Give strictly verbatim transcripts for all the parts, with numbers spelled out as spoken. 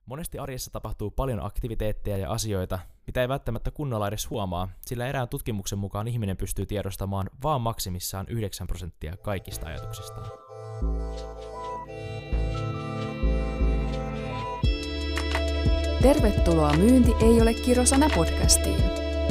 Monesti arjessa tapahtuu paljon aktiviteetteja ja asioita, mitä ei välttämättä kunnolla edes huomaa, sillä erään tutkimuksen mukaan ihminen pystyy tiedostamaan vaan maksimissaan yhdeksän prosenttia kaikista ajatuksistaan. Tervetuloa Myynti ei ole kirosana podcastiin.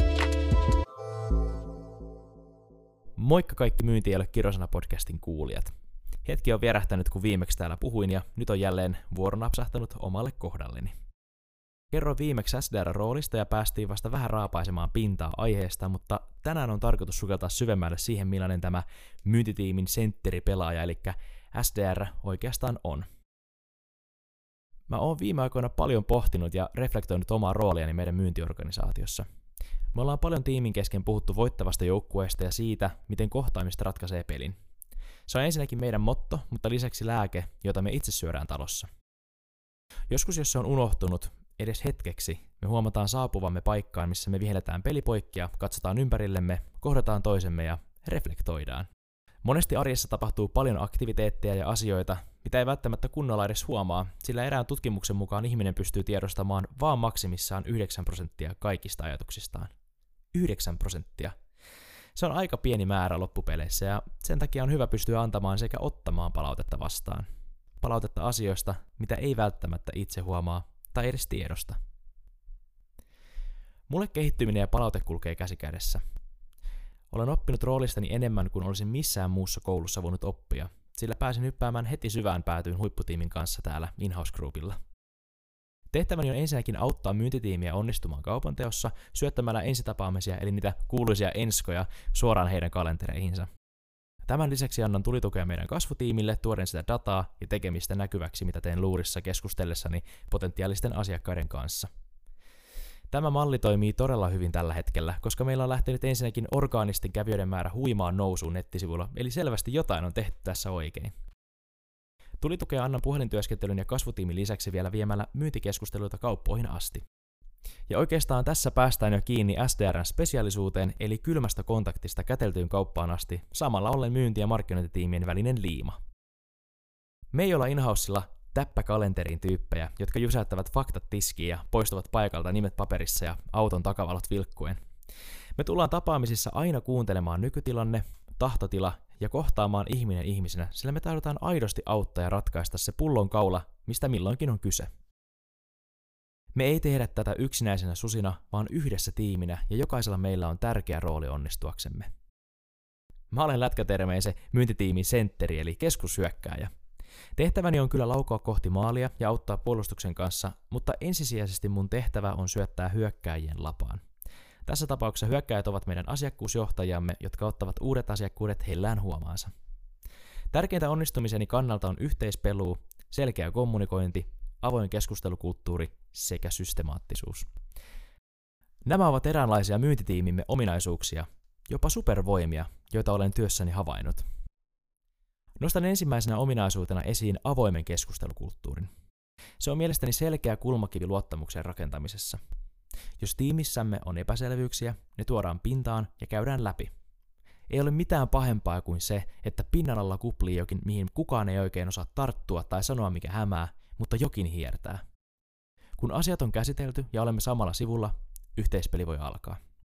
Moikka kaikki Myynti ei ole kirosana podcastin kuulijat. Hetki on vierähtänyt, kun viimeksi täällä puhuin, ja nyt on jälleen vuoro napsahtanut omalle kohdalleni. Kerroin viimeksi S D R-roolista ja päästiin vasta vähän raapaisemaan pintaa aiheesta, mutta tänään on tarkoitus sukeltaa syvemmälle siihen, millainen tämä myyntitiimin sentteripelaaja, eli S D R, oikeastaan on. Mä oon viime aikoina paljon pohtinut ja reflektoinut omaa rooliani meidän myyntiorganisaatiossa. Me ollaan paljon tiimin kesken puhuttu voittavasta joukkueesta ja siitä, miten kohtaamista ratkaisee pelin. Se on ensinnäkin meidän motto, mutta lisäksi lääke, jota me itse syödään talossa. Joskus, jos se on unohtunut, edes hetkeksi, me huomataan saapuvamme paikkaan, missä me vihelletään pelipoikkia, katsotaan ympärillemme, kohdataan toisemme ja reflektoidaan. Monesti arjessa tapahtuu paljon aktiviteetteja ja asioita, mitä ei välttämättä kunnolla edes huomaa, sillä erään tutkimuksen mukaan ihminen pystyy tiedostamaan vaan maksimissaan yhdeksän prosenttia kaikista ajatuksistaan. yhdeksän prosenttia. Se on aika pieni määrä loppupeleissä ja sen takia on hyvä pystyä antamaan sekä ottamaan palautetta vastaan. Palautetta asioista, mitä ei välttämättä itse huomaa tai edes tiedosta. Mulle kehittyminen ja palaute kulkee käsi kädessä. Olen oppinut roolistani enemmän kuin olisin missään muussa koulussa voinut oppia, sillä pääsin hyppäämään heti syvään päätyyn huipputiimin kanssa täällä in-house groupilla. Tehtäväni on ensinnäkin auttaa myyntitiimiä onnistumaan kaupanteossa syöttämällä ensitapaamisia eli niitä kuuluisia enskoja suoraan heidän kalentereihinsa. Tämän lisäksi annan tulitukea meidän kasvutiimille tuoden sitä dataa ja tekemistä näkyväksi, mitä teen luurissa keskustellessani potentiaalisten asiakkaiden kanssa. Tämä malli toimii todella hyvin tällä hetkellä, koska meillä on lähtenyt ensinnäkin orgaanisten kävijöiden määrä huimaan nousuun nettisivuilla, eli selvästi jotain on tehty tässä oikein. Tulitukea annan puhelintyöskentelyn ja kasvutiimin lisäksi vielä viemällä myyntikeskusteluita kauppoihin asti. Ja oikeastaan tässä päästään jo kiinni S D R:n spesiaalisuuteen, eli kylmästä kontaktista käteltyyn kauppaan asti, samalla ollen myynti- ja markkinointitiimien välinen liima. Me ei olla in-housella täppäkalenteriin tyyppejä, jotka jysäyttävät faktat tiskiin ja poistuvat paikalta nimet paperissa ja auton takavalot vilkkuen. Me tullaan tapaamisissa aina kuuntelemaan nykytilanne, tahtotila ja kohtaamaan ihminen ihmisenä, sillä me tahdotaan aidosti auttaa ja ratkaista se pullonkaula, mistä milloinkin on kyse. Me ei tehdä tätä yksinäisenä susina, vaan yhdessä tiiminä, ja jokaisella meillä on tärkeä rooli onnistuaksemme. Mä olen lätkätermein se myyntitiimin sentteri, eli keskushyökkääjä. Tehtäväni on kyllä laukoa kohti maalia ja auttaa puolustuksen kanssa, mutta ensisijaisesti mun tehtävä on syöttää hyökkääjien lapaan. Tässä tapauksessa hyökkääjät ovat meidän asiakkuusjohtajamme, jotka ottavat uudet asiakkuudet heillään huomaansa. Tärkeintä onnistumiseni kannalta on yhteispeluu, selkeä kommunikointi, avoin keskustelukulttuuri sekä systemaattisuus. Nämä ovat eräänlaisia myyntitiimimme ominaisuuksia, jopa supervoimia, joita olen työssäni havainnut. Nostan ensimmäisenä ominaisuutena esiin avoimen keskustelukulttuurin. Se on mielestäni selkeä kulmakivi luottamuksen rakentamisessa. Jos tiimissämme on epäselvyyksiä, ne tuodaan pintaan ja käydään läpi. Ei ole mitään pahempaa kuin se, että pinnan alla kuplii jokin, mihin kukaan ei oikein osaa tarttua tai sanoa mikä hämää, mutta jokin hiertää. Kun asiat on käsitelty ja olemme samalla sivulla, yhteispeli voi alkaa.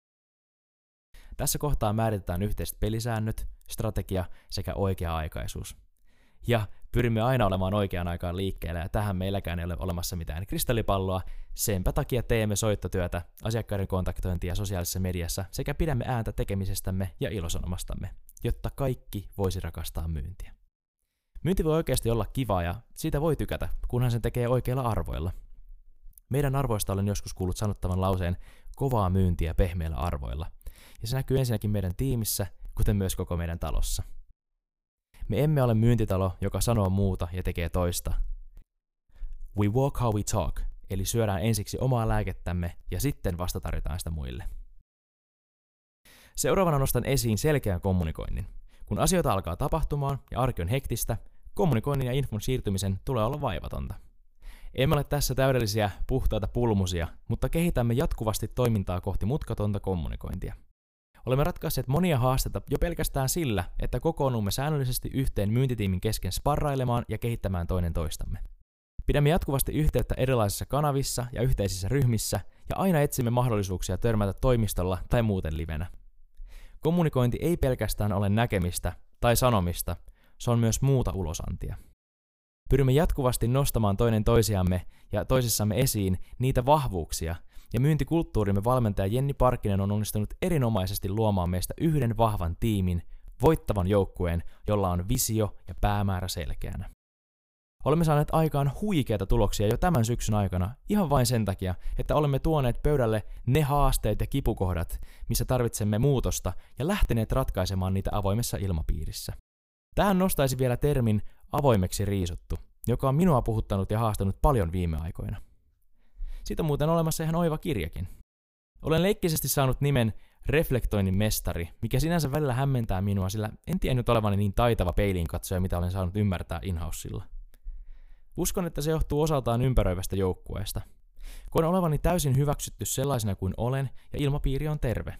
Tässä kohtaa määritetään yhteiset pelisäännöt, strategia sekä oikea-aikaisuus. Ja pyrimme aina olemaan oikeaan aikaan liikkeellä, ja tähän meilläkään ei ole olemassa mitään kristallipalloa, senpä takia teemme soittotyötä, asiakkaiden kontaktointia sosiaalisessa mediassa sekä pidämme ääntä tekemisestämme ja ilosanomastamme, jotta kaikki voisi rakastaa myyntiä. Myynti voi oikeasti olla kiva ja siitä voi tykätä, kunhan sen tekee oikeilla arvoilla. Meidän arvoista olen joskus kuullut sanottavan lauseen kovaa myyntiä pehmeillä arvoilla, ja se näkyy ensinnäkin meidän tiimissä, kuten myös koko meidän talossa. Me emme ole myyntitalo, joka sanoo muuta ja tekee toista. We walk how we talk, eli syödään ensiksi omaa lääkettämme ja sitten vasta tarjotaan sitä muille. Seuraavana nostan esiin selkeän kommunikoinnin. Kun asioita alkaa tapahtumaan ja arki on hektistä, kommunikoinnin ja infon siirtymisen tulee olla vaivatonta. Emme ole tässä täydellisiä puhtaita pulmusia, mutta kehitämme jatkuvasti toimintaa kohti mutkatonta kommunikointia. Olemme ratkaisseet monia haasteita jo pelkästään sillä, että kokoonnumme säännöllisesti yhteen myyntitiimin kesken sparrailemaan ja kehittämään toinen toistamme. Pidämme jatkuvasti yhteyttä erilaisissa kanavissa ja yhteisissä ryhmissä, ja aina etsimme mahdollisuuksia törmätä toimistolla tai muuten livenä. Kommunikointi ei pelkästään ole näkemistä tai sanomista, se on myös muuta ulosantia. Pyrimme jatkuvasti nostamaan toinen toisiamme ja toisissamme esiin niitä vahvuuksia, ja myyntikulttuurimme valmentaja Jenni Parkkinen on onnistunut erinomaisesti luomaan meistä yhden vahvan tiimin, voittavan joukkueen, jolla on visio ja päämäärä selkeänä. Olemme saaneet aikaan huikeita tuloksia jo tämän syksyn aikana ihan vain sen takia, että olemme tuoneet pöydälle ne haasteet ja kipukohdat, missä tarvitsemme muutosta ja lähteneet ratkaisemaan niitä avoimessa ilmapiirissä. Tähän nostaisi vielä termin avoimeksi riisuttu, joka on minua puhuttanut ja haastanut paljon viime aikoina. Siitä on muuten olemassa ihan oiva kirjakin. Olen leikkisesti saanut nimen reflektoinnin mestari, mikä sinänsä välillä hämmentää minua, sillä en tiennyt olevani niin taitava peiliin katsoja, mitä olen saanut ymmärtää in-housella. Uskon, että se johtuu osaltaan ympäröivästä joukkueesta. Koen olevani täysin hyväksytty sellaisena kuin olen ja ilmapiiri on terve.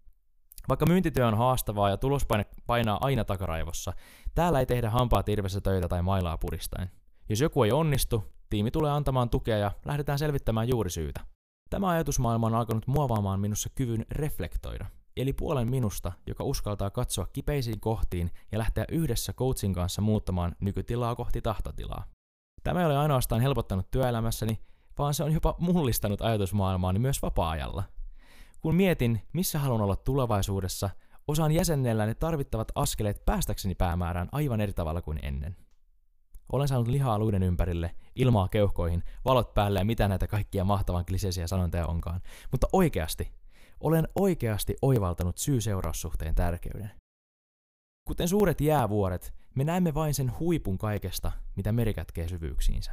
Vaikka myyntityö on haastavaa ja tulospaine painaa aina takaraivossa, täällä ei tehdä hampaat irvessä töitä tai mailaa puristain. Jos joku ei onnistu, tiimi tulee antamaan tukea ja lähdetään selvittämään juurisyytä. Tämä ajatusmaailma on alkanut muovaamaan minussa kyvyn reflektoida, eli puolen minusta, joka uskaltaa katsoa kipeisiin kohtiin ja lähteä yhdessä coachin kanssa muuttamaan nykytilaa kohti tahtotilaa. Tämä ei ole ainoastaan helpottanut työelämässäni, vaan se on jopa mullistanut ajatusmaailmaani myös vapaa-ajalla. Kun mietin, missä haluan olla tulevaisuudessa, osaan jäsennellä ne tarvittavat askeleet päästäkseni päämäärään aivan eri tavalla kuin ennen. Olen saanut lihaa luiden ympärille, ilmaa keuhkoihin, valot päälle ja mitä näitä kaikkia mahtavan kliseisiä sanontoja onkaan. Mutta oikeasti, olen oikeasti oivaltanut syy-seuraussuhteen tärkeyden. Kuten suuret jäävuoret, me näemme vain sen huipun kaikesta, mitä meri kätkee syvyyksiinsä.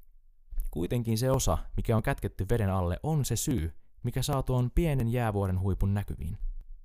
Kuitenkin se osa, mikä on kätketty veden alle, on se syy, mikä saa tuon pienen jäävuoren huipun näkyviin.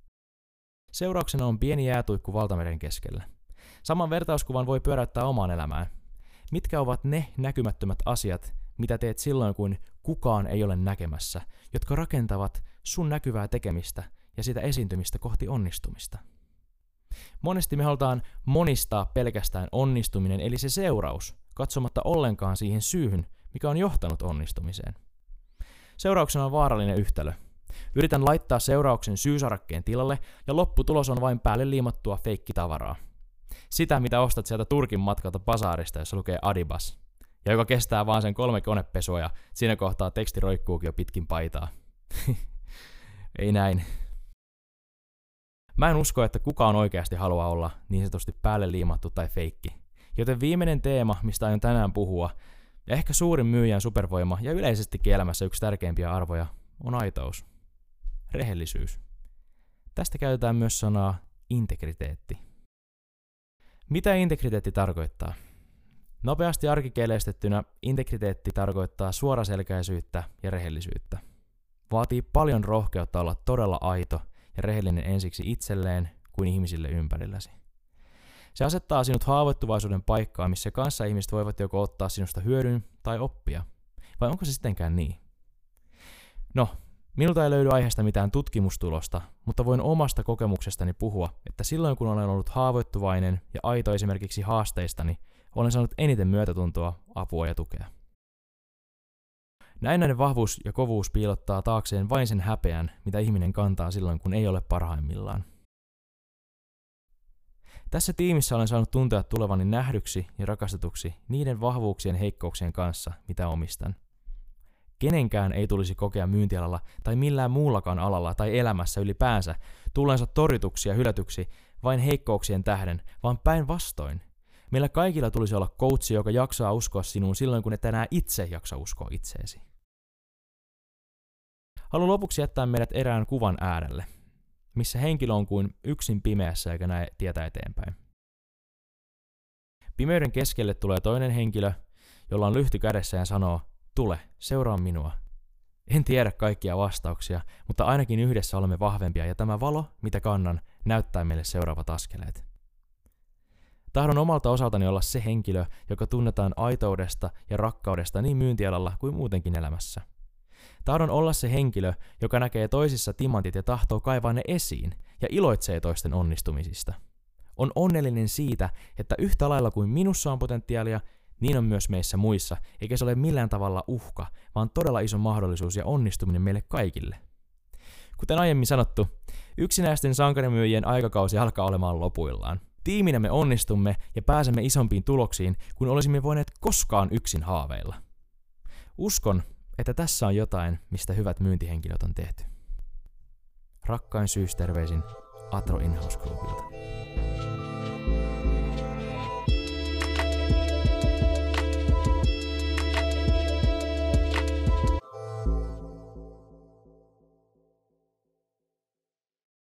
Seurauksena on pieni jäätuikku valtameren keskellä. Saman vertauskuvan voi pyöräyttää omaan elämään. Mitkä ovat ne näkymättömät asiat, mitä teet silloin, kun kukaan ei ole näkemässä, jotka rakentavat sun näkyvää tekemistä ja sitä esiintymistä kohti onnistumista? Monesti me halutaan monistaa pelkästään onnistuminen, eli se seuraus, katsomatta ollenkaan siihen syyhyn, mikä on johtanut onnistumiseen. Seurauksena on vaarallinen yhtälö. Yritän laittaa seurauksen syysarakkeen tilalle, ja lopputulos on vain päälle liimattua feikkitavaraa. Sitä, mitä ostat sieltä Turkin matkalta basaarista, jossa lukee Adibas, ja joka kestää vaan sen kolme konepesua, ja siinä kohtaa teksti roikkuukin jo pitkin paitaa. Ei näin. Mä en usko, että kukaan oikeasti haluaa olla niin sanotusti päälle liimattu tai feikki. Joten viimeinen teema, mistä aion tänään puhua, ja ehkä suurin myyjän supervoima ja yleisestikin elämässä yksi tärkeimpiä arvoja, on aitous. Rehellisyys. Tästä käytetään myös sanaa integriteetti. Mitä integriteetti tarkoittaa? Nopeasti arkikielestettynä integriteetti tarkoittaa suoraselkäisyyttä ja rehellisyyttä. Vaatii paljon rohkeutta olla todella aito ja rehellinen ensiksi itselleen kuin ihmisille ympärilläsi. Se asettaa sinut haavoittuvaisuuden paikkaan, missä kanssaihmiset voivat joko ottaa sinusta hyödyn tai oppia. Vai onko se sittenkään niin? No, minulta ei löydy aiheesta mitään tutkimustulosta, mutta voin omasta kokemuksestani puhua, että silloin kun olen ollut haavoittuvainen ja aito esimerkiksi haasteistani, olen saanut eniten myötätuntoa, apua ja tukea. Näennäinen vahvuus ja kovuus piilottaa taakseen vain sen häpeän, mitä ihminen kantaa silloin, kun ei ole parhaimmillaan. Tässä tiimissä olen saanut tuntea tulevani nähdyksi ja rakastetuksi niiden vahvuuksien heikkouksien kanssa, mitä omistan. Kenenkään ei tulisi kokea myyntialalla tai millään muullakaan alalla tai elämässä ylipäänsä tulleensa torjutuksi ja hylätyksi vain heikkouksien tähden, vaan päinvastoin. Meillä kaikilla tulisi olla coachi, joka jaksaa uskoa sinuun silloin, kun et enää itse jaksa uskoa itseesi. Haluan lopuksi jättää meidät erään kuvan äärelle, missä henkilö on kuin yksin pimeässä eikä näe tietä eteenpäin. Pimeyden keskelle tulee toinen henkilö, jolla on lyhty kädessä ja sanoo, tule, seuraa minua. En tiedä kaikkia vastauksia, mutta ainakin yhdessä olemme vahvempia ja tämä valo, mitä kannan, näyttää meille seuraavat askeleet. Tahdon omalta osaltani olla se henkilö, joka tunnetaan aitoudesta ja rakkaudesta niin myyntialalla kuin muutenkin elämässä. Tahdon olla se henkilö, joka näkee toisissa timantit ja tahtoo kaivaa ne esiin ja iloitsee toisten onnistumisista. On onnellinen siitä, että yhtä lailla kuin minussa on potentiaalia, Niin on myös meissä muissa, eikä se ole millään tavalla uhka, vaan todella iso mahdollisuus ja onnistuminen meille kaikille. Kuten aiemmin sanottu, yksinäisten sankarimyyjien aikakausi alkaa olemaan lopuillaan. Tiiminä me onnistumme ja pääsemme isompiin tuloksiin, kun olisimme voineet koskaan yksin haaveilla. Uskon, että tässä on jotain, mistä hyvät myyntihenkilöt on tehty. Rakkain syysterveisin Atro In-house Groubilta.